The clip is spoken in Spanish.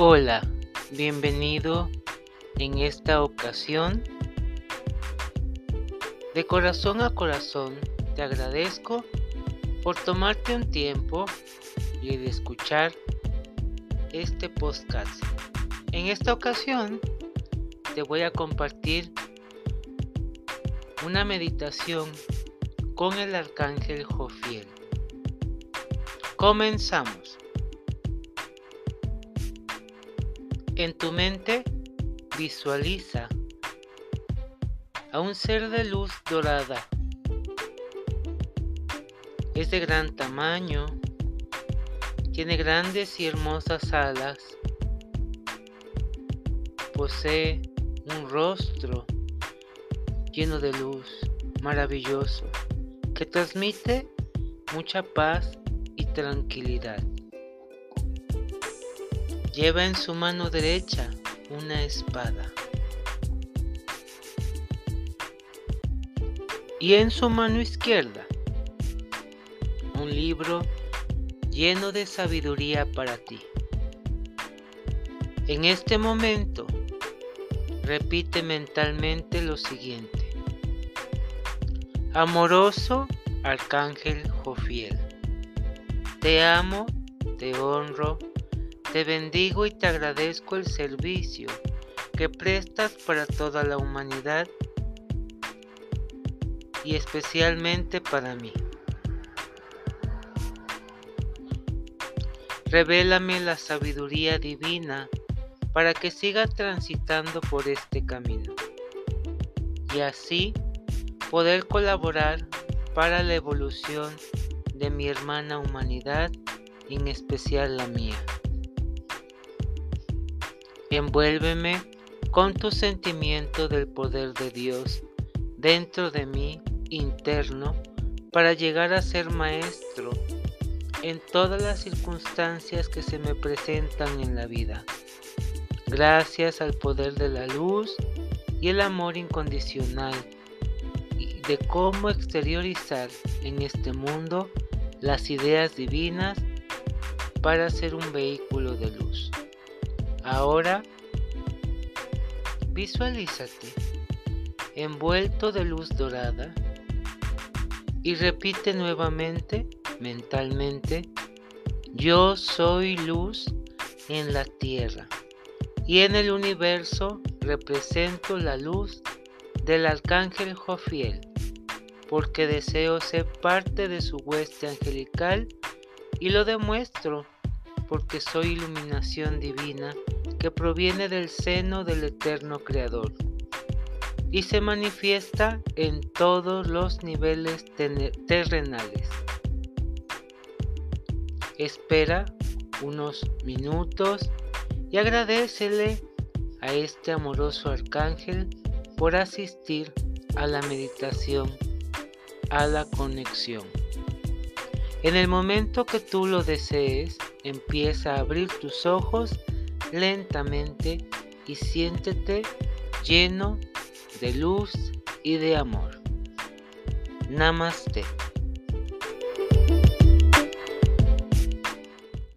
Hola, bienvenido en esta ocasión. De corazón a corazón te agradezco por tomarte un tiempo y de escuchar este podcast. En esta ocasión te voy a compartir una meditación con el arcángel Jofiel. Comenzamos. En tu mente visualiza a un ser de luz dorada. Es de gran tamaño, tiene grandes y hermosas alas, posee un rostro lleno de luz, maravilloso, que transmite mucha paz y tranquilidad. Lleva en su mano derecha una espada y en su mano izquierda un libro lleno de sabiduría para ti. En este momento, repite mentalmente lo siguiente: amoroso arcángel Jofiel, te amo, te honro, te bendigo y te agradezco el servicio que prestas para toda la humanidad y especialmente para mí. Revélame la sabiduría divina para que siga transitando por este camino y así poder colaborar para la evolución de mi hermana humanidad y en especial la mía. Envuélveme con tu sentimiento del poder de Dios dentro de mí interno para llegar a ser maestro en todas las circunstancias que se me presentan en la vida. Gracias al poder de la luz y el amor incondicional y de cómo exteriorizar en este mundo las ideas divinas para ser un vehículo de luz. Ahora, visualízate envuelto de luz dorada y repite nuevamente mentalmente: yo soy luz en la tierra y en el universo represento la luz del arcángel Jofiel, porque deseo ser parte de su hueste angelical y lo demuestro porque soy iluminación divina que proviene del seno del eterno Creador y se manifiesta en todos los niveles terrenales. Espera unos minutos y agradécele a este amoroso arcángel por asistir a la meditación, a la conexión. En el momento que tú lo desees, empieza a abrir tus ojos lentamente y siéntete lleno de luz y de amor. Namaste.